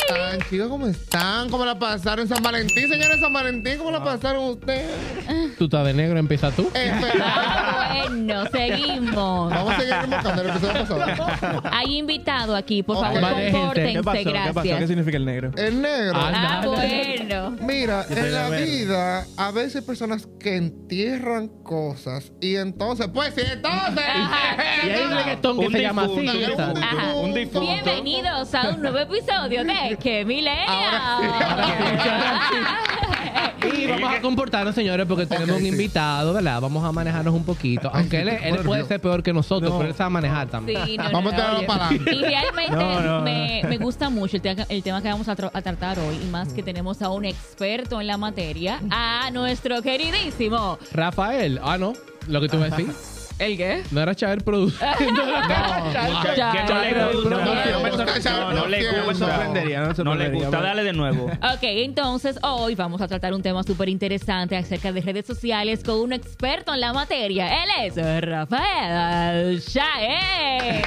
están, chicos? ¿Cómo están? ¿Cómo la pasaron en San Valentín, señores? San Valentín, ¿cómo la pasaron ustedes? Tú estás de negro, empieza tú. Bueno, seguimos. Vamos a seguir remocando el episodio pasado. Hay invitado aquí, por Ok. favor, Vale, gente. compórtense, ¿Qué pasó? gracias. ¿Qué significa el negro? El negro. Ah, bueno. Mira, Yo soy en la de verde. vida a veces hay personas que entierran cosas y entonces, pues sí, entonces. Ajá. Y hay un reggaetón que Un se llama así. difunto, ¿qué tal? Ajá. Un difunto. Bienvenidos a un nuevo episodio de Que Millennial. Y vamos a comportarnos, señores, porque tenemos un sí. invitado, ¿verdad? Vamos a manejarnos un poquito. Aunque él puede ser peor que nosotros, pero él sabe manejar también. Sí, no, Vamos a tirarlo oye. para adelante. Y realmente No. Me gusta mucho el tema que vamos a tratar hoy. Y más que tenemos a un experto en la materia, a nuestro queridísimo. Rafael, no, lo que tú me decís. ¿El qué? No era Chaver produciendo. Que no me sorprendería, no le gusta, dale de nuevo. Ok, entonces hoy vamos a tratar un tema súper interesante acerca de redes sociales con un experto en la materia. Él es Rafael Chaer.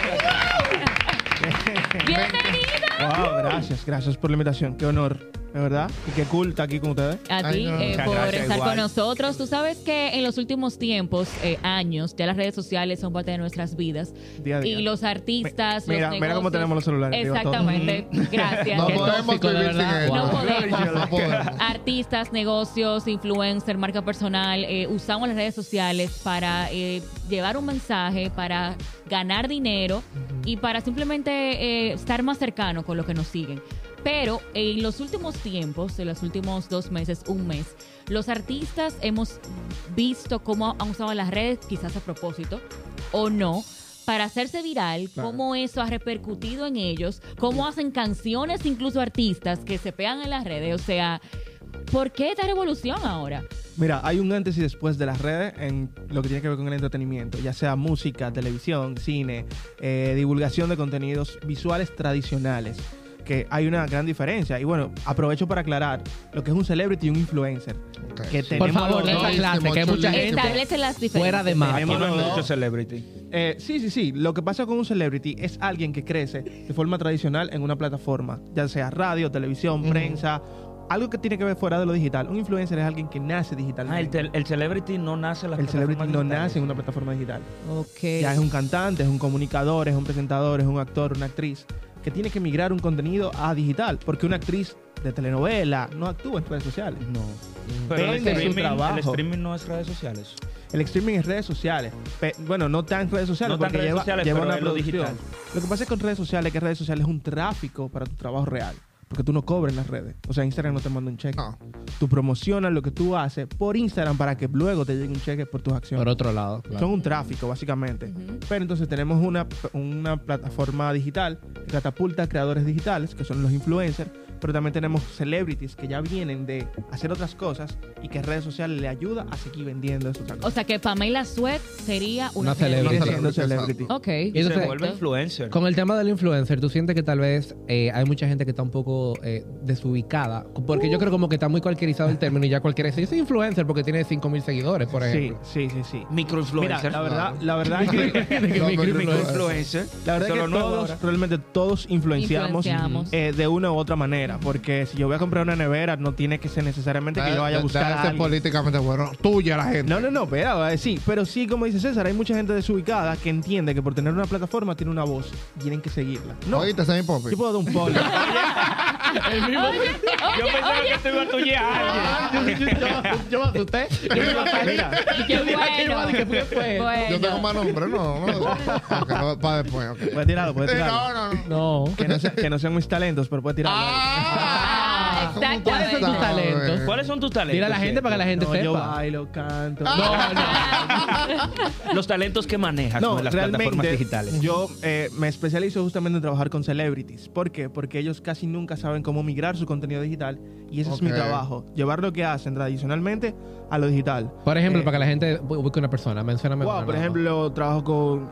Bienvenido. Wow, gracias por la invitación. Qué honor, de verdad. Y qué cool estar aquí con ustedes. A Ay, ti no. Muchas por gracias, estar igual. con nosotros. Tú sabes que en los últimos tiempos, años, ya las redes sociales son parte de nuestras vidas. Día a día. Y los artistas, Mira los cómo negocios- tenemos los celulares. digo, todo. Exactamente. Gracias. No Qué podemos tóxico, de vivir sin verdad. él. No podemos. No podemos. Artistas, negocios, influencer, marca personal, usamos las redes sociales para llevar un mensaje, para ganar dinero y para simplemente estar más cercano con los que nos siguen. Pero en los últimos tiempos, en los últimos 2 meses, un mes, los artistas hemos visto cómo han usado las redes, quizás a propósito o no, para hacerse viral, Claro. cómo eso ha repercutido en ellos, cómo hacen canciones incluso artistas que se pegan en las redes. O sea, ¿por qué esta revolución ahora? Mira, hay un antes y después de las redes en lo que tiene que ver con el entretenimiento, ya sea música, televisión, cine, divulgación de contenidos visuales tradicionales, que hay una gran diferencia. Y bueno, aprovecho para aclarar lo que es un celebrity y un influencer. Ok. Que Sí. tenemos Por favor, los dos. esa clase, que hay mucha gente Establece las diferencias. fuera de más. Aquí no hay no. mucho celebrity. Sí. Lo que pasa con un celebrity es alguien que crece de forma tradicional en una plataforma, ya sea radio, televisión, prensa, algo que tiene que ver fuera de lo digital. Un influencer es alguien que nace digitalmente. El celebrity no nace en las El celebrity plataformas no digitales. nace en una plataforma digital. Ok. Ya es un cantante, es un comunicador, es un presentador, es un actor, una actriz, que tiene que migrar un contenido a digital, porque una actriz de telenovela no actúa en redes sociales. No. Pero el Vende su trabajo. streaming no es redes sociales. El streaming es redes sociales. Bueno, no tan redes sociales, No tan porque redes lleva, sociales, lleva pero una es lo producción. digital. Lo que pasa es con redes sociales es que redes sociales es un tráfico para tu trabajo real. Porque tú no cobras en las redes. O sea, Instagram no te manda un cheque. No. Tú promocionas lo que tú haces por Instagram para que luego te llegue un cheque por tus acciones. Por otro lado, claro. Son un tráfico, básicamente. Pero entonces tenemos una plataforma digital que catapulta a creadores digitales, que son los influencers, pero también tenemos celebrities que ya vienen de hacer otras cosas y que redes sociales le ayuda a seguir vendiendo esas otras O cosas. sea que Pamela Suet sería una Una celebrity. Sigue celebrity, siendo celebrity. Ok. Y Se entonces, vuelve influencer. con el tema del influencer, ¿tú sientes que tal vez hay mucha gente que está un poco desubicada? Porque yo creo como que está muy cualquierizado el término y ya cualquiera dice, yo soy influencer porque tiene 5,000 seguidores, por Sí, ejemplo. sí. Mira, Microinfluencer. la verdad es que Microinfluencer. la verdad Eso es es que lo nuevo todos, ahora. realmente todos influenciamos, Influenciamos. de una u otra manera. Porque si yo voy a comprar una nevera, no tiene que ser necesariamente que yo vaya a buscar a Debe ser alguien. políticamente bueno. Tuya la gente. No, espera, sí, pero sí, como dice César, hay mucha gente desubicada que entiende que por tener una plataforma tiene una voz y tienen que seguirla. No, Oíste, Sammy Poppy. yo puedo dar un polo. El mismo. Yo pensaba que te iba a tuyear a alguien. Yo me asusté. Mira, Qué bueno. ¿Qué fue? Yo tengo Bueno. más nombre, no. Para después, ok. puede tirarlo, puede Sí, tirarlo. no. No. Que no sean mis talentos, pero puede tirarlo. Ah, ¿cómo tú exactamente. ¿Cuáles son tus sabes? talentos? ¿Cuáles son tus talentos? Dile a la gente para que la gente No, yo sepa. bailo, canto. Los talentos que manejas No, en las plataformas realmente digitales. yo me especializo justamente en trabajar con celebrities. ¿Por qué? Porque ellos casi nunca saben cómo migrar su contenido digital y ese es mi Ok. trabajo. Llevar lo que hacen tradicionalmente a lo digital. Por ejemplo, Eh, para que la gente busque una persona, mencióname Wow, una, por ¿no? ejemplo, trabajo con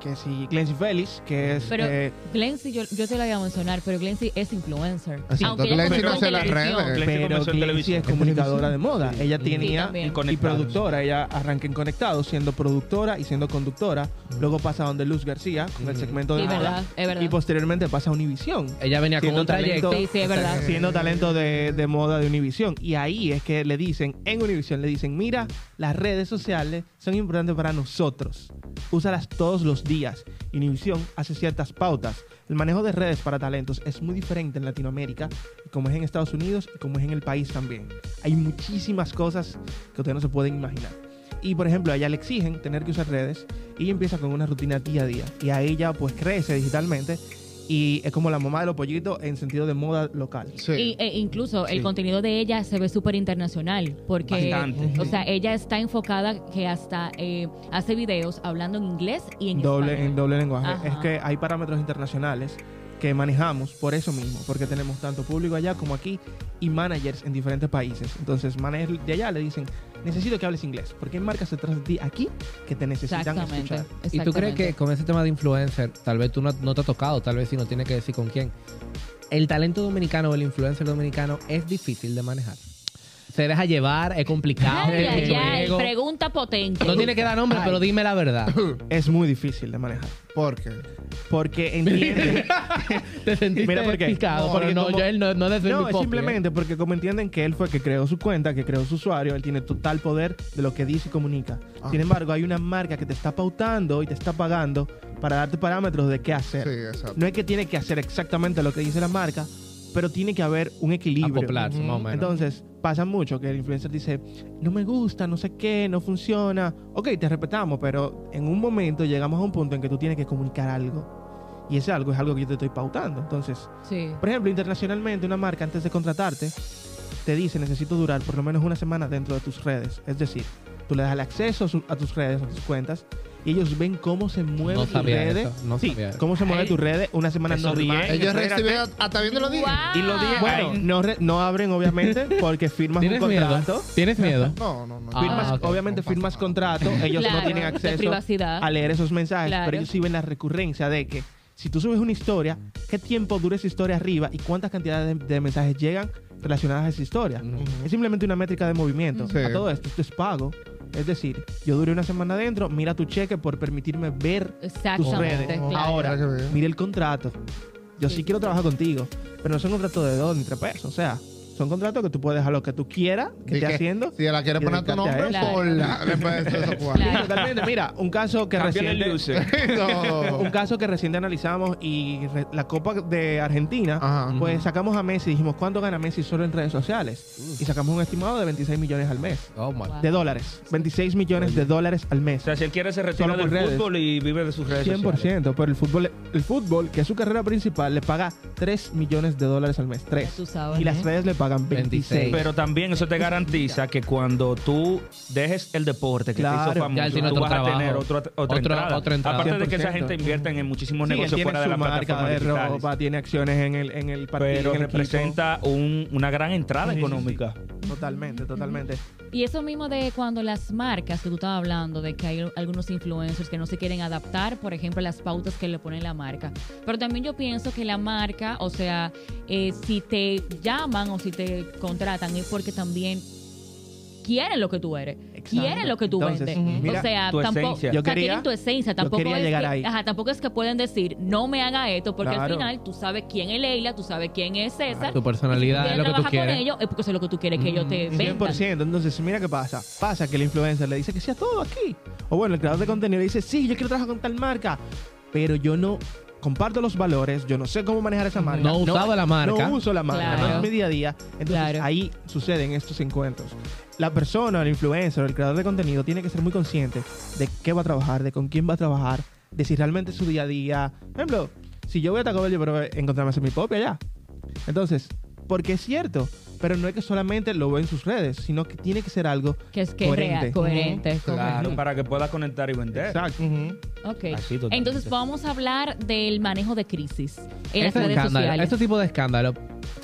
que si Glency Félix, que es... Pero Glency, yo te la voy a mencionar, pero Glency es influencer. Exacto, Aunque ella Glency comenzó no hace en las televisión. redes. Glency pero comenzó en Glency televisión. es comunicadora de moda. Ella tenía también. y Conectados. productora. Ella arranca en Conectados siendo productora y siendo conductora. Luego pasa a donde Luz García con el segmento de Sí, moda. verdad, es verdad. Y posteriormente pasa a Univisión. Ella venía con Siendo un trayecto. talento- Sí, es verdad. Siendo talento de moda de Univisión. Y ahí es que le dicen, en Univisión le dicen, mira, las redes sociales son importantes para nosotros. Úsalas todos los días. Univisión hace ciertas pautas. El manejo de redes para talentos es muy diferente en Latinoamérica, como es en Estados Unidos y como es en el país también. Hay muchísimas cosas que ustedes no se pueden imaginar. Y por ejemplo, a ella le exigen tener que usar redes y ella empieza con una rutina día a día. Y a ella pues crece digitalmente y es como la mamá de los pollitos en sentido de moda local. Sí. Incluso el Sí. contenido de ella se ve súper internacional porque, Bastante. o sea, ella está enfocada que hasta hace videos hablando en inglés y en En español. doble lenguaje. Ajá. Es que hay parámetros internacionales que manejamos por eso mismo, porque tenemos tanto público allá como aquí y managers en diferentes países. Entonces, managers de allá le dicen, necesito que hables inglés, porque hay marcas detrás de ti aquí que te necesitan Exactamente. escuchar. ¿Y tú crees que exactamente. con ese tema de influencer, tal vez tú no te ha tocado, tal vez sí no tienes que decir con quién, el talento dominicano o el influencer dominicano es difícil de manejar? Se deja llevar, es complicado. Ay, es ay, mucho ay, ego. pregunta potente. No tiene que dar nombre, pero dime la verdad. Es muy difícil de manejar, ¿Por qué? porque entienden... Te sentiste Mira por qué. picado, Porque pero no, como- yo él no de ser No, mi es popi, simplemente porque como entienden que él fue el que creó su cuenta, que creó su usuario, él tiene total poder de lo que dice y comunica. Ah. Sin embargo, hay una marca que te está pautando y te está pagando para darte parámetros de qué hacer. Sí, exacto. No es que tiene que hacer exactamente lo que dice la marca, pero tiene que haber un equilibrio. acoplarse, más o menos. Entonces, pasa mucho que el influencer dice, no me gusta, no sé qué, no funciona. Ok, te respetamos, pero en un momento llegamos a un punto en que tú tienes que comunicar algo. Y ese algo es algo que yo te estoy pautando. Entonces, Sí. por ejemplo, internacionalmente, una marca antes de contratarte te dice, necesito durar por lo menos una semana dentro de tus redes. Es decir, tú le das el acceso a tus redes, a tus cuentas, y ellos ven cómo se mueve No tus sabía redes. eso, no sí, sabía eso. cómo se mueve Ay. tus redes una semana Eso normal. bien. Ellos Espérate. reciben hasta viendo los días. Guau. Y los días- Bueno, no abren obviamente porque firmas un ¿Tienes miedo? contrato. ¿Tienes miedo? No, no, no. Ah, Firmas, ok. obviamente No pasa firmas nada. contrato, ellos Claro, no tienen de acceso privacidad. a leer esos mensajes, Claro. pero ellos sí ven la recurrencia de que si tú subes una historia, qué tiempo dura esa historia arriba y cuántas cantidades de mensajes llegan relacionadas a esa historia. Es simplemente una métrica de movimiento. Sí. A todo esto es pago. Es decir, yo duré una semana adentro, mira tu cheque por permitirme ver tus Exactamente. redes. claro. Ahora, Claro que bien. mira el contrato. Yo sí quiero trabajar contigo, pero no son contratos de 2 ni 3 pesos. O sea, son contratos que tú puedes dejar lo que tú quieras que Y esté que haciendo. Si la quieres y poner tu dedicarte a nombre, eso. ponla. Después de eso, pues. Claro. Totalmente. Mira, un caso que Cámbiale el reciente... luce. No. Un caso que reciente analizamos y la Copa de Argentina, Ajá. pues sacamos a Messi y dijimos, ¿cuánto gana Messi solo en redes sociales? Y sacamos un estimado de 26 millones al mes. Oh, my. Wow. De dólares. 26 millones de dólares al mes. O sea, si él quiere se retira Solo por del redes. fútbol y vive de sus redes sociales. 100%, pero el fútbol, que es su carrera principal, le paga 3 millones de dólares al mes. 3. Ya tú sabes, Y las ¿eh? redes le pagan 26. Pero también eso te garantiza que cuando tú dejes el deporte que Claro. te hizo Ya él famoso, tiene tú otro vas a trabajo. tener otra entrada. Aparte de que esa 100%. gente invierte en muchísimos Sí, él negocios tiene fuera de su la marca plataforma de digitales. ropa, tiene acciones en el partido. Pero en el equipo. representa una gran entrada Sí, sí, económica. Totalmente, totalmente. Y eso mismo de cuando las marcas que tú estabas hablando, de que hay algunos influencers que no se quieren adaptar, por ejemplo, a las pautas que le pone la marca. Pero también yo pienso que la marca, o sea, si te llaman o si te contratan es porque también quieren lo que tú eres, quieren lo que tú Entonces, vendes. mira, o sea, tu tampoco, esencia. Yo o sea, quería- tienen tu esencia, tampoco quería es llegar que, ahí. tampoco es que pueden decir, no me haga esto, porque Claro. al final tú sabes quién es Leila, tú sabes quién es César. Tu personalidad Si es lo que tú trabajar con quieres. ellos es porque eso es lo que tú quieres que ellos te vendan. 100%. Entonces, mira qué pasa. Pasa que el influencer le dice que sí a todo aquí. O bueno, el creador de contenido le dice, sí, yo quiero trabajar con tal marca, pero yo no comparto los valores, yo no sé cómo manejar esa marca. No he usado la marca. No uso la marca, Claro. no es mi día a día. Entonces, Claro. ahí suceden estos encuentros. La persona, el influencer, el creador de contenido, tiene que ser muy consciente de qué va a trabajar, de con quién va a trabajar, de si realmente es su día a día. Por ejemplo, si yo voy a Taco Bell, yo espero encontrarme a hacer mi propia allá. Entonces, porque es cierto, pero no es que solamente lo veo en sus redes, sino que tiene que ser algo Que es que coherente. real, coherente. Claro, para que pueda conectar y vender. exacto. Ok. Así, totalmente. Entonces vamos a hablar del manejo de crisis en las Ese redes escándalo, sociales. ese tipo de escándalo,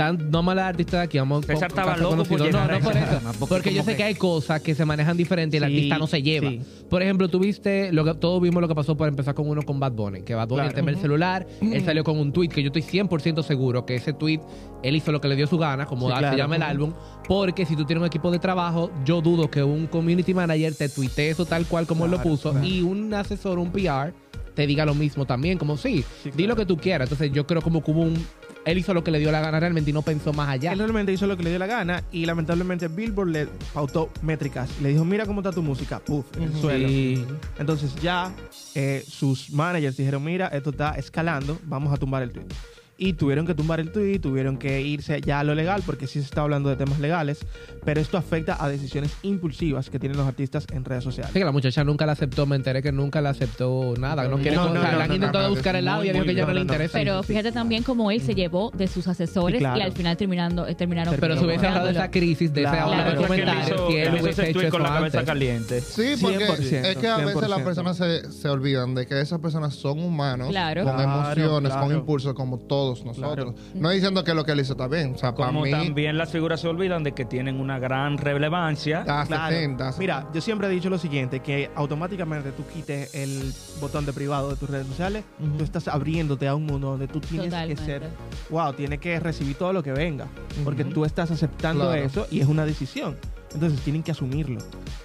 no más la artista de aquí, vamos César con estaba casos loco por conocidos. llegar No, a por ese eso. tema, Porque yo como sé que hay cosas que se manejan diferente y el Sí, artista no se lleva. sí. Por ejemplo, tú viste, todos vimos lo que pasó por empezar con uno con Bad Bunny. Que Bad Bunny, el tema del celular, él salió con un tweet que yo estoy 100% seguro que ese tweet, él hizo lo que le dio su gana, como Sí, se claro. llama el álbum. Porque si tú tienes un equipo de trabajo, yo dudo que un community manager te tuitee eso tal cual como él lo Claro, puso. claro. Y un asesor, un PR, te diga lo mismo también, como sí, Sí, di lo claro. que tú quieras. Entonces yo creo como que hubo él hizo lo que le dio la gana realmente y no pensó más allá. Él realmente hizo lo que le dio la gana y lamentablemente Billboard le pautó métricas. Le dijo, mira cómo está tu música. Puf, en el suelo. Sí. Entonces ya sus managers dijeron, mira, esto está escalando, vamos a tumbar el tweet. Y tuvieron que tumbar el tweet, tuvieron que irse ya a lo legal, porque sí se está hablando de temas legales, pero esto afecta a decisiones impulsivas que tienen los artistas en redes sociales. Sí, que la muchacha nunca la aceptó, me enteré que nunca la aceptó nada. No quiere No, no, contar. no, Le han no, intentado no, buscar el lado y muy, dijo que ya no no, le no, no. interesa. Pero fíjate también cómo él se llevó de sus asesores Sí, claro. y al final terminaron Pero si hubiese hablado de esa crisis, de ese Claro. ahora de Claro. comentarios, si él él hizo hubiese ese hecho tweet con eso la cabeza antes. caliente. Sí, porque 100%, es que a veces 100%. las personas se olvidan de que esas personas son humanos, Claro. con Claro, emociones, con claro. impulsos, como todos nosotros. No diciendo que lo que él hizo está bien. O sea, para Como mí, también las figuras se olvidan de que tienen una gran relevancia. Claro. that's it. Mira, yo siempre he dicho lo siguiente, que automáticamente tú quites el botón de privado de tus redes sociales, tú estás abriéndote a un mundo donde tú tienes Totalmente. que ser, tienes que recibir todo lo que venga, porque tú estás aceptando Claro. eso y es una decisión. Entonces tienen que asumirlo.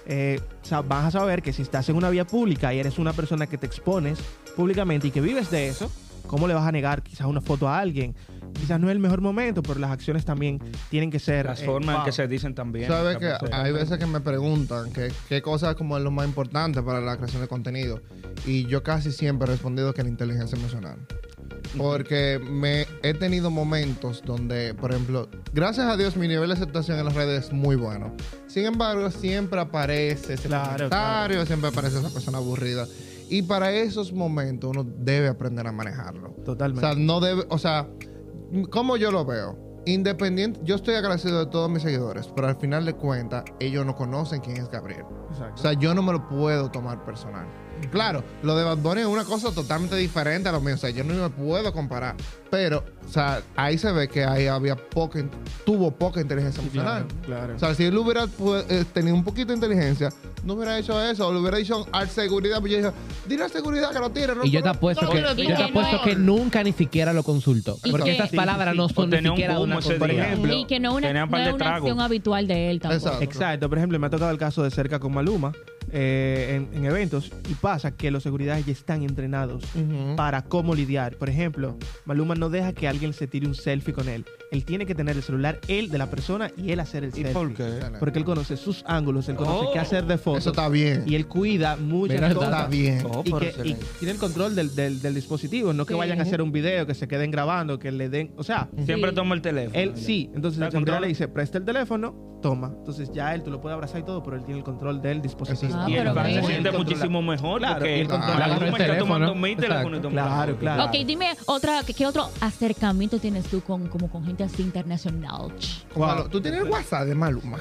Vas a saber que si estás en una vía pública y eres una persona que te expones públicamente y que vives de eso, ¿cómo le vas a negar quizás una foto a alguien? Quizás no es el mejor momento, pero las acciones también tienen que ser... Las formas en wow. que se dicen también. Sabes que Sí. hay veces que me preguntan qué cosas como es lo más importante para la creación de contenido. Y yo casi siempre he respondido que la inteligencia emocional. Porque he tenido momentos donde, por ejemplo, gracias a Dios mi nivel de aceptación en las redes es muy bueno. Sin embargo, siempre aparece ese comentario, siempre aparece esa persona aburrida. Y para esos momentos uno debe aprender a manejarlo. Totalmente. O sea, no debe, o sea, como yo lo veo, independiente, yo estoy agradecido de todos mis seguidores, pero al final de cuentas, ellos no conocen quién es Gabriel. Exacto. O sea, yo no me lo puedo tomar personal. Claro, lo de Bad Bunny es una cosa totalmente diferente a lo mío. O sea, yo no me puedo comparar. Pero, o sea, ahí se ve que ahí tuvo poca inteligencia emocional. Claro. O sea, si él hubiera tenido un poquito de inteligencia, no hubiera hecho eso. O le hubiera dicho a seguridad, pues yo dije, dile a seguridad que lo tire. No, Y yo te no, apuesto no, que, no, y yo te que apuesto no- que nunca ni siquiera lo consultó. Y Porque que- esas Sí, palabras sí, no sí. son O ni tenía un siquiera boom una ese cosa. día. ejemplo, Y que no, tenía un par no de es una tragos. acción habitual de él tampoco. Exacto. Exacto. Por ejemplo, me ha tocado el caso de cerca con Maluma en eventos y pasa que los seguridades ya están entrenados para cómo lidiar. Por ejemplo, Maluma no deja que alguien se tire un selfie con él. Él tiene que tener el celular, él de la persona y él hacer el ¿Y selfie. por qué? Porque él conoce sus ángulos, él conoce Oh. qué hacer de fotos. Eso está bien. Y él cuida muchas Mira, cosas. Está bien. Oh, Y, pero que, excelente. y tiene el control del dispositivo, no que Sí. vayan a hacer un video, que se queden grabando, que le den, o sea, Siempre Sí. toma el teléfono. él sí, entonces ¿La el seguridad controla? le dice, presta el teléfono, toma. Entonces ya él, tú lo puedes abrazar y todo, pero él tiene el control del dispositivo. Eso Ah, Y el pero fan se bien. siente Controla- muchísimo mejor Claro, porque y el control- la agarra el Maluma está teléfono. tomando mi Exacto. teléfono y tomando Claro, foto. claro. Ok, dime ¿qué otro acercamiento tienes tú con gente así internacional? Wow. ¿Tú tienes el WhatsApp de Maluma?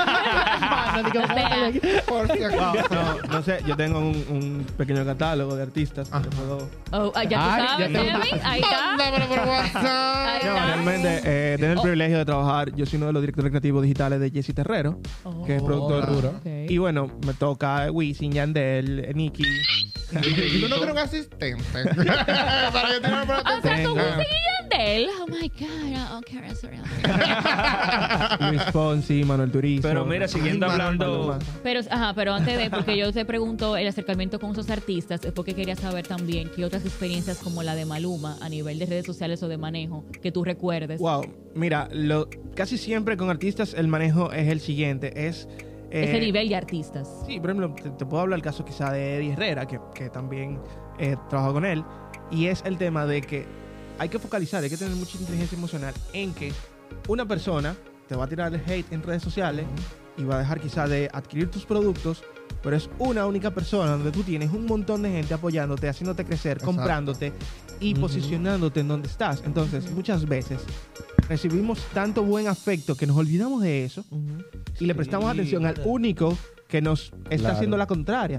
Por si acaso. No sé, yo tengo un pequeño catálogo de artistas que puedo... Ya tú Ay, sabes, ya te- Emi, ahí está. Mándamelo por WhatsApp. Ahí No, está. realmente tengo el privilegio de trabajar. Yo soy uno de los directores creativos digitales de Jesse Terrero, que es productor. duro. Ok. Y bueno, me toca Wisin, Yandel, Nicky. Tú no tienes un asistente. Para que tenga para O sea, Tengo. con Wisin y Yandel. Oh my God. Okay, sorry. Luis Fonsi, Manuel Turizo. Pero mira, siguiendo hablando... Pero antes de, porque yo te pregunto el acercamiento con esos artistas, es porque quería saber también qué otras experiencias como la de Maluma a nivel de redes sociales o de manejo que tú recuerdes. Wow, mira, casi siempre con artistas el manejo es el siguiente, es... Ese nivel de artistas. Sí, por ejemplo, te puedo hablar el caso quizá de Eddie Herrera, que también he trabajado con él, y es el tema de que hay que focalizar, hay que tener mucha inteligencia emocional en que una persona te va a tirar el hate en redes sociales y va a dejar quizá de adquirir tus productos, pero es una única persona donde tú tienes un montón de gente apoyándote, haciéndote crecer, Exacto. comprándote y posicionándote en donde estás. Entonces, muchas veces recibimos tanto buen afecto que nos olvidamos de eso y le prestamos atención al único que nos está Claro. haciendo la contraria.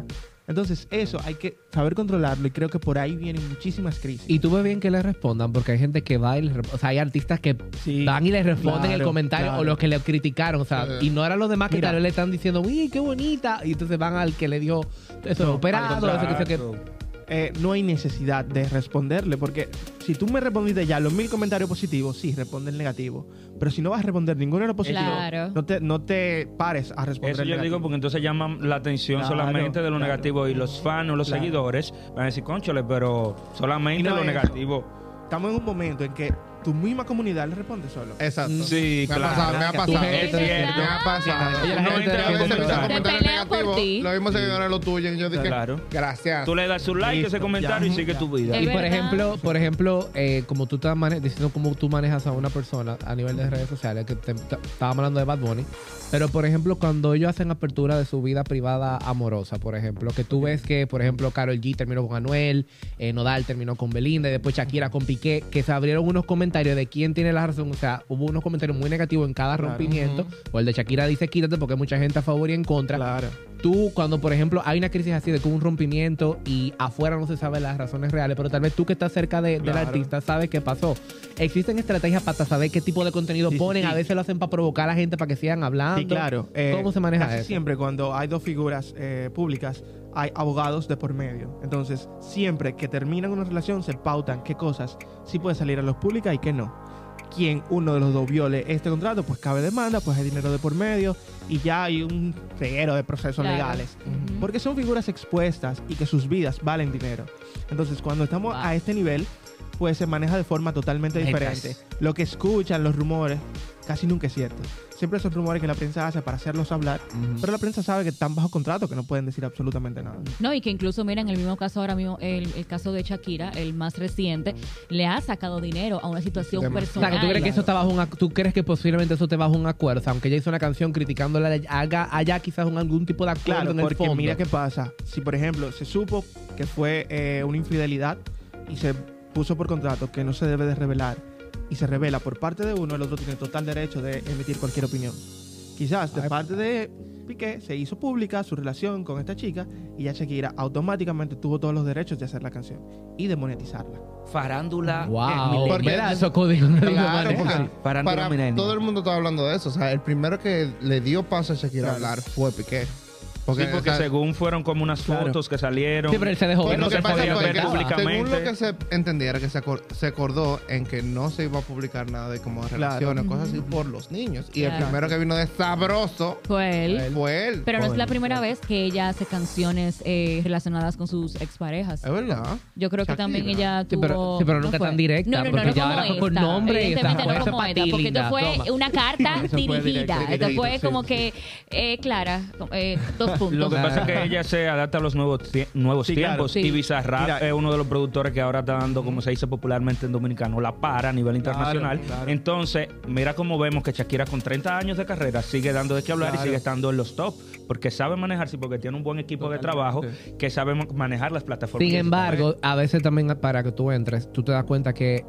Entonces, eso hay que saber controlarlo y creo que por ahí vienen muchísimas crisis. Y tú ves bien que le respondan, porque hay gente que va y o sea, hay artistas que Sí, van y le responden el claro, comentario claro. o los que le criticaron. O sea, ignoran los demás que Mira. tal vez le están diciendo, uy, qué bonita. Y entonces van al que le dio eso, No, operado, al eso que sé que. Exacto. No hay necesidad de responderle, porque si tú me respondiste ya los 1000 comentarios positivos, sí, responde el negativo. Pero si no vas a responder ninguno de los positivos, Claro. no te pares a responder Eso el yo negativo. digo porque entonces llaman la atención Claro, solamente de lo claro. negativo y los fans o los Claro. seguidores van a decir, cónchale, pero solamente Y no lo es- negativo. Estamos en un momento en que tu misma comunidad le responde solo. Exacto. Sí, me ha claro. pasado, me ha Tu pasado. gente, Es verdad. Me ha pasado. Oye, la No, gente y a de veces que me te comentarios pelean por negativos. ti. Los mismos seguidores lo tuyo. Y yo dije, Claro. gracias. Tú le das su like a ese Listo, comentario ya. y sigue tu vida. Es Y verdad. por ejemplo, como tú estás diciendo cómo tú manejas a una persona a nivel de redes sociales, que estábamos hablando de Bad Bunny, pero por ejemplo, cuando ellos hacen apertura de su vida privada amorosa, por ejemplo, que tú ves que, por ejemplo, Karol G terminó con Anuel, Nodal terminó con Belinda, y después Shakira con Piqué, que se abrieron unos comentarios de quién tiene la razón, o sea, hubo unos comentarios muy negativos en cada Claro. rompimiento, o el de Shakira dice quítate porque hay mucha gente a favor y en contra. Claro. Tú, cuando por ejemplo hay una crisis así de que hubo un rompimiento y afuera no se sabe las razones reales, pero tal vez tú que estás cerca del Claro. artista sabes qué pasó. Existen estrategias para saber qué tipo de contenido Sí, sí, ponen, sí. a veces lo hacen para provocar a la gente para que sigan hablando. Sí, claro. ¿Cómo se maneja casi eso? siempre cuando hay dos figuras públicas, hay abogados de por medio. Entonces, siempre que terminan una relación, se pautan qué cosas sí puede salir a luz pública y qué no. Quien uno de los dos viole este contrato, pues cabe demanda, pues hay dinero de por medio y ya hay un reguero de procesos Claro. legales. Ujú. Porque son figuras expuestas y que sus vidas valen dinero. Entonces, cuando estamos Wow. a este nivel, pues se maneja de forma totalmente Metas. diferente. Lo que escuchan, los rumores, casi nunca es cierto. Siempre son rumores que la prensa hace para hacerlos hablar, Ujú. pero la prensa sabe que están bajo contrato, que no pueden decir absolutamente nada. No, y que incluso, mira, en el mismo caso ahora mismo, el caso de Shakira, el más reciente, le ha sacado dinero a una situación Demasiado. O sea, personal. que tú crees que eso está bajo tú crees que posiblemente eso te bajo un acuerdo, o sea, aunque ella hizo una canción criticándola, haya quizás algún tipo de acuerdo Claro, en el porque fondo. mira qué pasa. Si, por ejemplo, se supo que fue una infidelidad y se puso por contrato que no se debe de revelar y se revela por parte de uno, el otro tiene total derecho de emitir cualquier opinión. Quizás de Ay, parte de Piqué se hizo pública su relación con esta chica y ya Shakira automáticamente tuvo todos los derechos de hacer la canción y de monetizarla. Farándula. Wow, Porque- mira, esos códigos no digo Claro, manejar. porque Farándula para millennial. todo el mundo estaba hablando de eso. O sea, el primero que le dio paso a Shakira a Claro. hablar fue Piqué. Sí, porque o sea, según fueron como unas Claro. fotos que salieron. Sí, pero él se dejó ver, Pues no lo se que pasa podía fue ver que, públicamente. según lo que se entendiera, que se acordó en que no se iba a publicar nada de como relaciones, cosas así por los niños. Y el Claro. primero que vino de sabroso Fue él. fue él. Pero no es la Bueno, primera vez que ella hace canciones relacionadas con sus exparejas. Es verdad. Yo creo que Shakira. también ella Sí, tuvo... pero ¿no nunca fue? tan directa, No, no, no, porque no ya como ahora fue con esta. nombre y esta Evidentemente fue no esa como esta, pati porque esto linda, fue toma. una carta Eso fue dirigida. directo, Esto fue directo, como sí, que clara, 2 puntos. Lo que pasa es que ella se adapta a los nuevos Sí, claro. tiempos Sí. y Bizarrap Mira. es uno de los productores que ahora está dando, como se dice popularmente en dominicano, la para a nivel internacional. claro. Entonces, mira cómo vemos que Shakira con 30 años de carrera sigue dando de qué hablar Claro. y sigue estando en los top, porque sabe manejarse, porque tiene un buen equipo de trabajo que sabe manejar las plataformas. Sin embargo, a veces también para que tú entres, tú te das cuenta que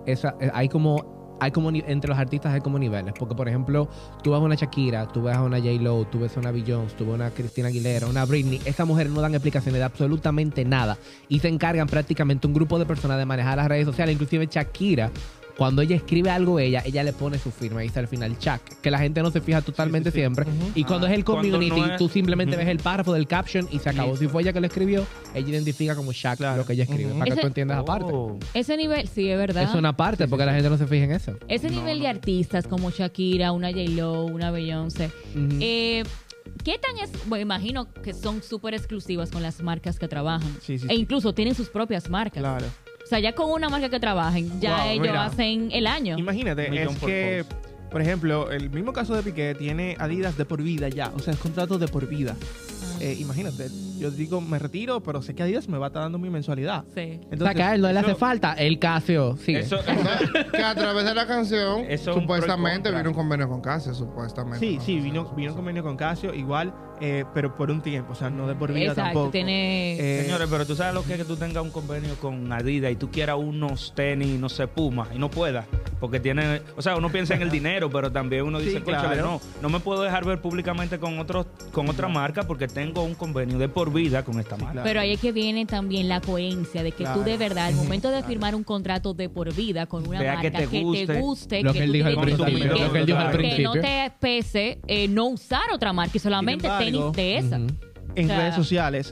entre los artistas hay como niveles. Porque, por ejemplo, tú ves a una Shakira, tú ves a una J-Lo, tú ves a una Beyoncé, tú ves a una Christina Aguilera, una Britney. Esas mujeres no dan explicaciones de absolutamente nada. Y se encargan prácticamente un grupo de personas de manejar las redes sociales. Inclusive Shakira, cuando ella escribe algo ella le pone su firma y dice al final Shak, que la gente no se fija totalmente Sí, sí, sí. siempre. Y cuando es el Cuando community, no es- tú simplemente ves el párrafo del caption y se acabó. Listo. Si fue ella que lo escribió, ella identifica como Shak Claro. lo que ella escribe. Para que Ese- tú entiendas aparte. Oh. Ese nivel, sí, es verdad. Es una parte, porque la gente no se fija en eso. Ese nivel de artistas como Shakira, una J-Lo, una Beyoncé, Ujú. ¿qué tan es? Bueno, imagino que son súper exclusivas con las marcas que trabajan. Sí, sí, E sí. incluso tienen sus propias marcas. Claro. O sea, ya con una marca que trabajen, ya Wow, ellos mira. hacen el año. Imagínate, Millón es por que, post. por ejemplo, el mismo caso de Piqué tiene Adidas de por vida ya. O sea, es contrato de por vida. Imagínate, yo digo, me retiro, pero sé que Adidas me va a estar dando mi mensualidad. Sí. O sea, que a él no le hace eso- falta el Casio. Sigue. Eso, Que a través de la canción, Eso es un supuestamente pro y contra. vino un convenio con Casio, supuestamente. Sí, ¿no? sí, vino un convenio con Casio, igual, pero por un tiempo, o sea, no de por vida Exacto, tampoco. tiene... Señores, pero tú sabes lo que es que tú tengas un convenio con Adidas y tú quieras unos tenis, no sé, Puma, y no puedas. Porque tiene, o sea, uno piensa en el dinero, pero también uno dice, Sí, cónchale, claro. no me puedo dejar ver públicamente con otra marca porque tengo un convenio de por por vida con esta marca. claro. Pero ahí es que viene también la coherencia de que Claro. tú de verdad, al momento de firmar un contrato de por vida con una Vea marca que te guste. Lo que él tú dijo al tienes principio, que- lo que él dijo al que principio. no te pese no usar otra marca y solamente Sin embargo, tenis de esa. Ujú. En O sea, redes sociales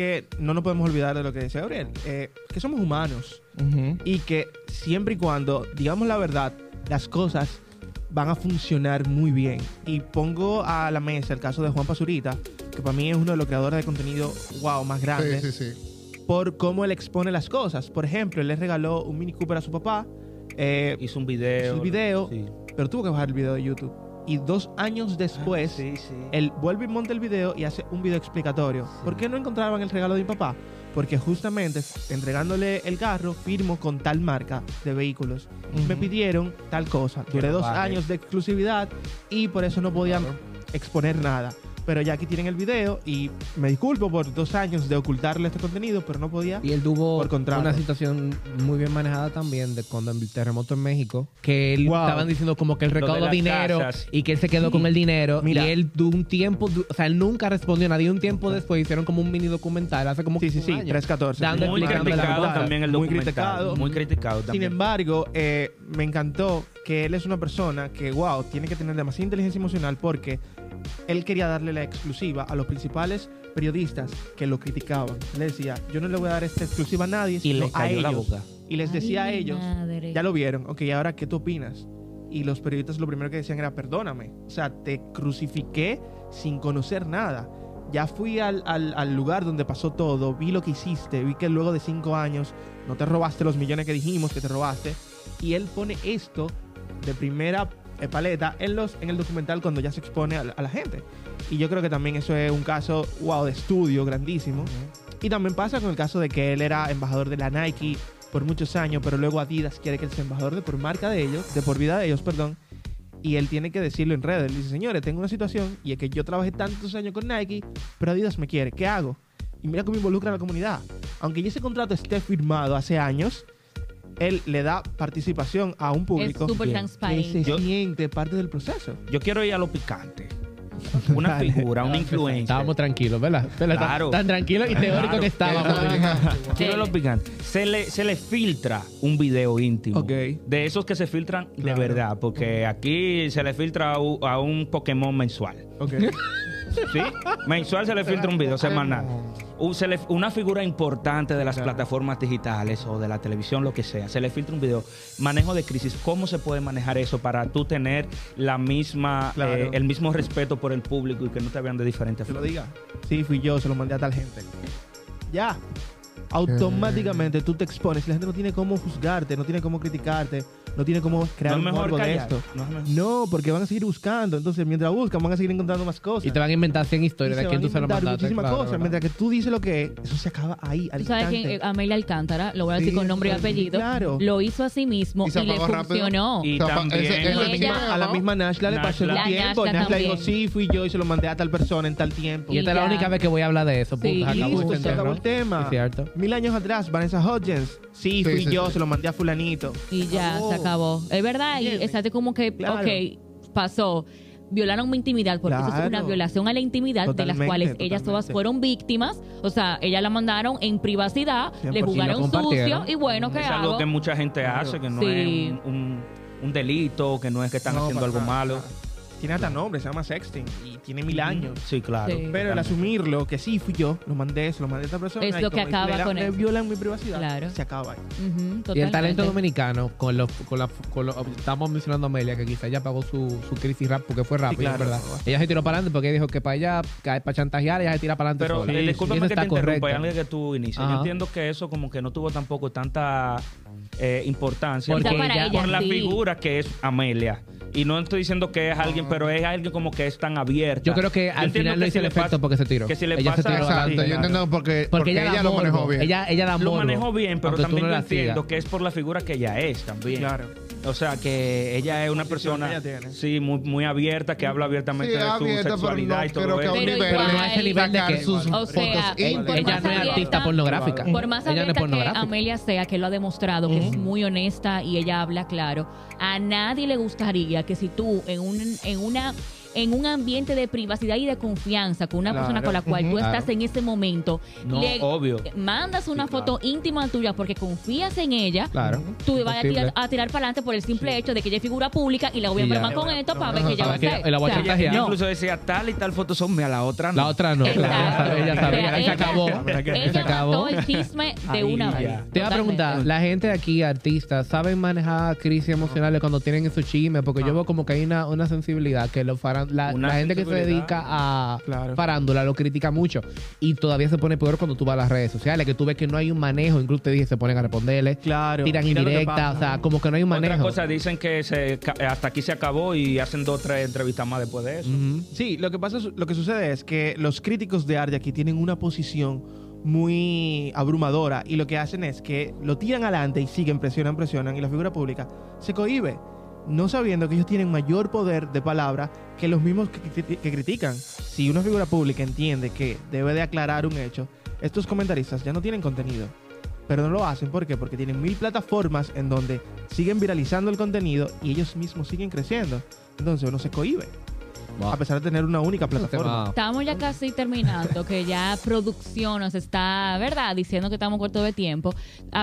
no nos podemos olvidar de lo que decía Gabriel, que somos humanos Ujú. y que siempre y cuando digamos la verdad, las cosas van a funcionar muy bien. Y pongo a la mesa el caso de Juan Pazurita, que para mí es uno de los creadores de contenido, wow, más grandes, Sí, sí, sí. por cómo él expone las cosas. Por ejemplo, él le regaló un Mini Cooper a su papá, Hizo un video. hizo el video, Sí. pero tuvo que bajar el video de YouTube. Y 2 años después, Sí, sí. él vuelve y monta el video y hace un video explicatorio. ¿Por qué no encontraban el regalo de mi papá? Porque justamente entregándole el carro, firmo con tal marca de vehículos. Me pidieron tal cosa. Duré lo 2 baje. años de exclusividad y por eso no podían exponer nada. Pero ya aquí tienen el video y me disculpo por 2 años de ocultarle este contenido, pero no podía. Y él tuvo Por contrato. una situación muy bien manejada también de cuando el terremoto en México, que él Wow. estaban diciendo como que él Lo de recaudó las dinero casas. y que él se quedó con el dinero. Mira. Y él de un tiempo, o sea, él nunca respondió a nadie. Un tiempo después hicieron como un mini documental, hace como Sí, un sí, año. 314. Dando Muy explicando la criticado verdad. también el Muy documental. criticado. Muy criticado Sin también. embargo, me encantó que él es una persona que, wow, tiene que tener demasiada inteligencia emocional porque él quería darle la exclusiva a los principales periodistas que lo criticaban. Le decía, yo no le voy a dar esta exclusiva a nadie, Y sino le a cayó la ellos. boca. Y les decía a Ay, ellos, madre. ya lo vieron, ok, ahora, ¿qué tú opinas? Y los periodistas lo primero que decían era, perdóname. O sea, te crucifiqué sin conocer nada. Ya fui al lugar donde pasó todo, vi lo que hiciste, vi que luego de 5 años no te robaste los millones que dijimos que te robaste. Y él pone esto de primera paleta en el documental cuando ya se expone a la gente. Y yo creo que también eso es un caso, wow, de estudio grandísimo. Y también pasa con el caso de que él era embajador de la Nike por muchos años, pero luego Adidas quiere que él sea embajador de por marca de ellos, de por vida de ellos, perdón. Y él tiene que decirlo en redes. Él dice, señores, tengo una situación y es que yo trabajé tantos años con Nike, pero Adidas me quiere. ¿Qué hago? Y mira cómo involucra a la comunidad. Aunque ya ese contrato esté firmado hace años, él le da participación a un público Es súper que transparente. se siente parte del proceso. Yo quiero ir a lo picante. Una Dale. figura, una influencia. Estábamos tranquilos, ¿verdad? Claro. Tan tranquilos y teóricos Claro. que estábamos. Quiero lo picante. Se le filtra un video íntimo. Ok. De esos que se filtran de Claro. verdad. Porque aquí se le filtra a un Pokémon mensual. Ok. ¿Sí? Mensual se le filtra un video semanal. Una figura importante de las Claro. plataformas digitales o de la televisión, lo que sea, se le filtra un video. Manejo de crisis. ¿Cómo se puede manejar eso para tú tener la misma, Claro. el mismo respeto por el público y que no te vean de diferente Se lo forma? diga. Sí, fui yo, se lo mandé a tal gente. Ya. Automáticamente tú te expones. La gente no tiene cómo juzgarte, no tiene cómo criticarte, no tiene cómo crear No es un mejor morbo de callar. esto. No es mejor. No, porque van a seguir buscando. Entonces, mientras buscan, van a seguir encontrando más cosas. Y te van a inventar 100 Y historias se de quién van a tú se lo inventar mandaste. muchísimas claro, cosas. ¿verdad? Mientras que tú dices lo que es, eso se acaba ahí, al Tú sabes instante. que Amelia Alcántara, lo voy a decir Sí, con nombre y sí, apellido, claro. lo hizo a sí mismo Y y, se le apagó rápido. funcionó. Y O sea, también- ese- Y ella- A la misma Nashla le pasó en un La tiempo. Nashla Nashla dijo, también. sí, fui yo y se lo mandé a tal persona en tal tiempo. Y esta es la ya. única vez que voy a hablar de eso. Sí. Punto. Y Acabó listo, ese se acabó tema. el tema. Es cierto. 1000 años atrás, Vanessa Hudgens. Sí, fui sí, yo, sí. se lo mandé a fulanito. Y ya, Acabó. se acabó. Es verdad, y ¿Entiendes? exacto como que, Claro. ok, pasó. Violaron mi intimidad, porque eso es una Claro. violación a la intimidad, de las Totalmente, cuales ellas totalmente. todas fueron víctimas. O sea, ellas la mandaron en privacidad, 100%. le jugaron Y lo compartieron. sucio, y bueno, ¿qué Es hago? algo que mucha gente Claro. hace, que no Sí. es un delito, que no es que están No, haciendo para algo nada, malo. para nada. Tiene hasta nombre, se llama sexting y tiene 1000 años. Sí, claro. Sí. Pero el asumirlo, que sí fui yo, lo mandé, se lo mandé a esta persona. Es y lo que como acaba le- con le eso. violan mi privacidad. Claro. Se acaba ahí. Ujú, Y el totalmente. talento dominicano, estamos mencionando a Amelia, que quizá ella pagó su crisis rap porque fue rápido, claro, ¿verdad? bastante. Ella se tiró para adelante porque dijo que para ella, para chantajear, ella se tira para adelante Pero sola. discúlpame Y eso que te está interrumpa, correcto. antes de que tú inicies. Ajá. Yo entiendo que eso como que no tuvo tampoco tanta importancia Porque Quizá para ella- ella por la sí. figura que es Amelia. Y no estoy diciendo que es alguien, pero es alguien como que es tan abierta. Yo creo que Yo al entiendo final no que hizo si el le efecto pasa- porque se tiró. que si le ella se pasa- tiró Exacto, adelante. yo claro. entiendo porque Porque ella da lo manejó morbo. bien. Ella da Lo morbo. manejó bien, pero Aunque tú también no yo la sigas. entiendo que es por la figura que ella es también. Claro. O sea, que ella es una Posición persona, que ella tiene. sí, muy abierta, que habla abiertamente Sí, de su abierta, pero sexualidad no y todo creo que a eso. un Pero nivel. igual- Pero no a ese nivel de sacar que sus O sea, fotos íntimas. por Ella más no es abierta- artista pornográfica. Por más Ella no es abierta que pornográfica. Amelia sea, que lo ha demostrado, que es muy honesta y ella habla claro, a nadie le gustaría que si tú en una en un ambiente de privacidad y de confianza con una persona con la cual tú estás en ese momento, No, obvio. mandas una foto íntima tuya porque confías en ella, tú vas a tirar para adelante por el simple hecho de que ella es figura pública y la voy a enfermar con esto para ver qué ella va a hacer. La voy a chantajear. Ella incluso decía tal y tal foto son mías, la otra no. La otra no. Exacto. Ella sabe. Se acabó. Se Ella acabó. mató el chisme de una vez. Te iba a preguntar, la gente de aquí, artistas, ¿saben manejar crisis emocionales cuando tienen esos chismes? Porque yo veo como que hay una sensibilidad que la gente que se dedica a farándula lo critica mucho. Y todavía se pone peor cuando tú vas a las redes sociales, que tú ves que no hay un manejo. Incluso te dije, se ponen a responderle. Claro. Tiran indirectas. O sea, como que no hay un manejo. Otra cosa, dicen que hasta aquí se acabó y hacen 2 o 3 entrevistas más después de eso. Sí, lo que sucede es que los críticos de arte aquí tienen una posición muy abrumadora y lo que hacen es que lo tiran adelante y siguen, presionan y la figura pública se cohíbe, no sabiendo que ellos tienen mayor poder de palabra que los mismos que critican. Si una figura pública entiende que debe de aclarar un hecho, estos comentaristas ya no tienen contenido. Pero no lo hacen, ¿por qué? Porque tienen 1000 plataformas en donde siguen viralizando el contenido y ellos mismos siguen creciendo. Entonces uno se cohíbe. A pesar de tener una única plataforma. Estamos ya casi terminando, que ya producción nos está, ¿verdad?, diciendo que estamos cortos de tiempo.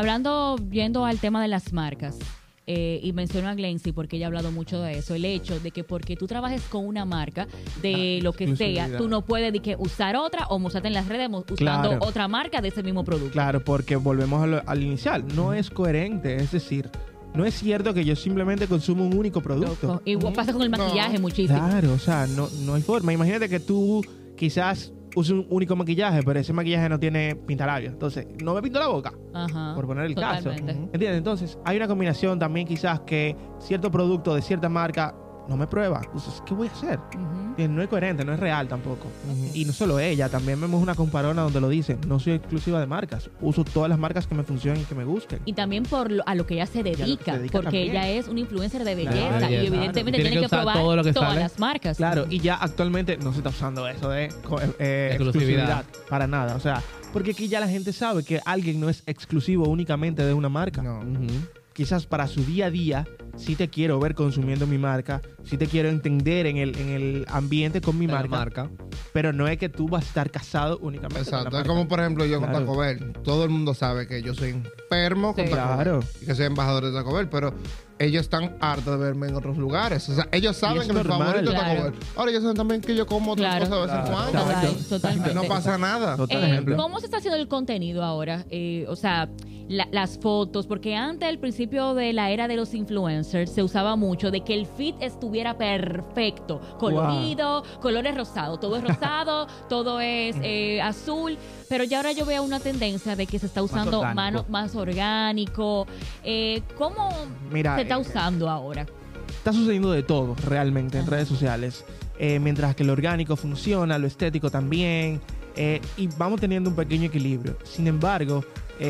Yendo al tema de las marcas. Y menciono a Glency porque ella ha hablado mucho de eso. El hecho de que porque tú trabajes con una marca de lo que sea, tú no puedes usar otra o mostrarte en las redes usando otra marca de ese mismo producto. Claro, porque volvemos al inicial. No es coherente, es decir, no es cierto que yo simplemente consumo un único producto. Igual pasa con el maquillaje muchísimo. Claro, o sea, no hay forma. Imagínate que tú quizás uses un único maquillaje, pero ese maquillaje no tiene pintalabios. Entonces, no me pinto la boca. Ajá, por poner el totalmente. caso. ¿Entiendes? Entonces, hay una combinación también quizás que cierto producto de cierta marca no me prueba. Entonces, ¿qué voy a hacer? No es coherente, no es real tampoco. Y no solo ella, también vemos una comparona donde lo dice, no soy exclusiva de marcas, uso todas las marcas que me funcionen y que me gusten. Y también a lo que ella se dedica, porque también. Ella es una influencer de belleza, claro, y evidentemente tiene que probar todo lo que todas sale. las marcas. Claro, y ya actualmente no se está usando eso de exclusividad para nada. O sea, porque aquí ya la gente sabe que alguien no es exclusivo únicamente de una marca. No. Quizás para su día a día, sí te quiero ver consumiendo mi marca, sí te quiero entender en el ambiente con mi marca, pero no es que tú vas a estar casado únicamente con la Exacto. marca. Es como, por ejemplo, yo Claro. con Taco Bell. Todo el mundo sabe que yo soy enfermo con Sí. Taco Claro. Bell y que soy embajador de Taco Bell, pero ellos están hartos de verme en otros lugares. O sea, ellos saben es que mi normal. favorito es Taco Claro. Bell. Ahora ellos saben también que yo como otras Claro. cosas de vez en cuando. Totalmente. No pasa nada. Total ejemplo. ¿Cómo se está haciendo el contenido ahora? O sea, las fotos, porque antes, al principio de la era de los influencers, se usaba mucho de que el feed estuviera perfecto, colorido, colores rosados, todo es rosado, todo es azul, pero ya ahora yo veo una tendencia de que se está usando más orgánico. ¿Cómo Mira, se está usando ahora? Está sucediendo de todo realmente en redes sociales. Mientras que lo orgánico funciona, lo estético también. Y vamos teniendo un pequeño equilibrio. Sin embargo,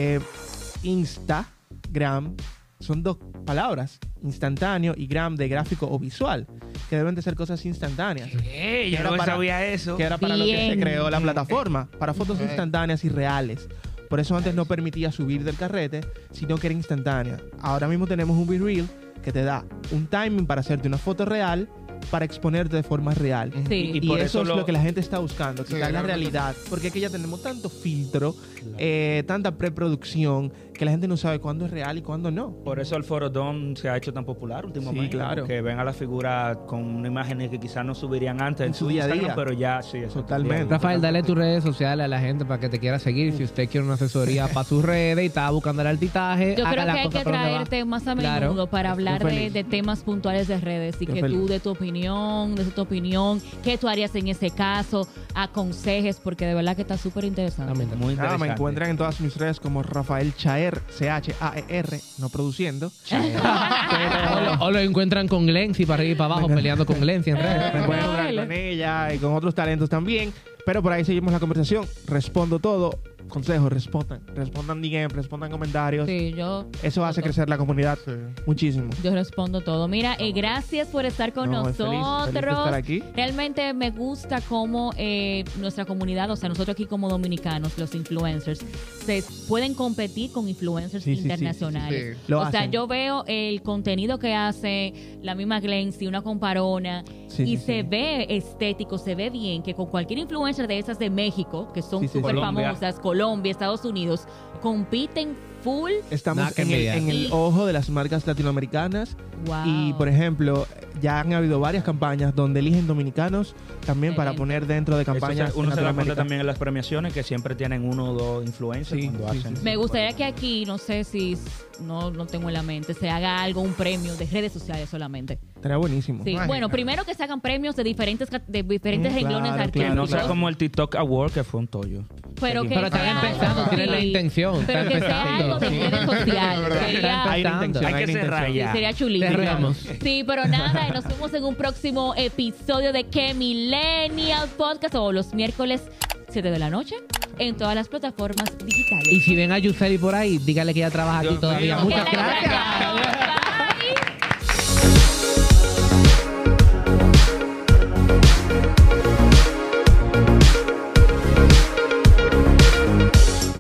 Instagram son 2 palabras. Instantáneo y gram de gráfico o visual. Que deben de ser cosas instantáneas. Yo no sabía eso. Que era para lo que se Bien. creó la plataforma. Para fotos instantáneas y reales. Por eso antes no permitía subir del carrete, sino que era instantánea. Ahora mismo tenemos un BeReal que te da un timing para hacerte una foto real, para exponerte de forma real. Sí. Y por eso eso es lo que la gente está buscando, Sí, quitar la claro. realidad. Porque aquí ya tenemos tanto filtro, tanta preproducción, que la gente no sabe cuándo es real y cuándo no. Por eso el Foro Dome se ha hecho tan popular últimamente. Sí, claro. Que ven a la figura con unas imágenes que quizás no subirían antes En su día a Instagram, día. pero ya sí. eso Totalmente. Rafael, dale tus redes sociales a la gente para que te quiera seguir. Si usted quiere una asesoría para sus redes y está buscando el altitaje, Yo haga creo la que hay cosa que por donde va. traerte más a Claro. menudo para hablar feliz. de temas puntuales de redes y Yo que feliz. tú de tu opinión, qué tú harías en ese caso, aconsejes, porque de verdad que está súper interesante. Exactamente. Muy interesante. Me encuentran en todas mis redes como Rafael Chaer, C-H-A-E-R, no produciendo. O lo encuentran con Glency para arriba y para abajo, peleando con Glency en redes. Me pueden encontrar con ella y con otros talentos también. Pero por ahí seguimos la conversación. Respondo todo. consejos, respondan DM, respondan comentarios. Sí, yo... Eso hace crecer la comunidad muchísimo. Yo respondo todo. Mira, gracias por estar con nosotros. Feliz de estar aquí. Realmente me gusta cómo nuestra comunidad, o sea, nosotros aquí como dominicanos, los influencers, se pueden competir con influencers internacionales. Sí. O sea, yo veo el contenido que hace la misma Glency, una comparona, y se ve estético, se ve bien, que con cualquier influencer de esas de México, que son súper Colombia. famosas, Colombia, Estados Unidos, compiten full. Estamos en el ojo de las marcas latinoamericanas. Wow. Y, por ejemplo, ya han habido varias campañas donde eligen dominicanos también para poner dentro de campañas. Uno se da cuenta Latinoamérica. también en las premiaciones que siempre tienen 1 o 2 influencers Sí, cuando sí, hacen. sí. Me gustaría que aquí, no sé si no tengo en la mente, se haga algo, un premio de redes sociales solamente. Estaría buenísimo. Sí. Imagina. Bueno, primero que se hagan premios de diferentes renglones claro, artísticos. Que no sea como el TikTok Award, que fue un tollo. Pero que Pero están sea empezando, algo, tienen la sí. intención. Pero están que sea empezando. algo de Sí. redes sociales. Sería, Hay una intención, Hay que una cerrar intención. ya. sería chulísimo. Cerremos. Sí, pero nada, nos vemos en un próximo episodio de Que Millennial Podcast o los miércoles 7 de la noche en todas las plataformas digitales. Y si ven a Yuseli por ahí, dígale que ella trabaja aquí Dios todavía. mío. Muchas Que la gracias. extrañamos.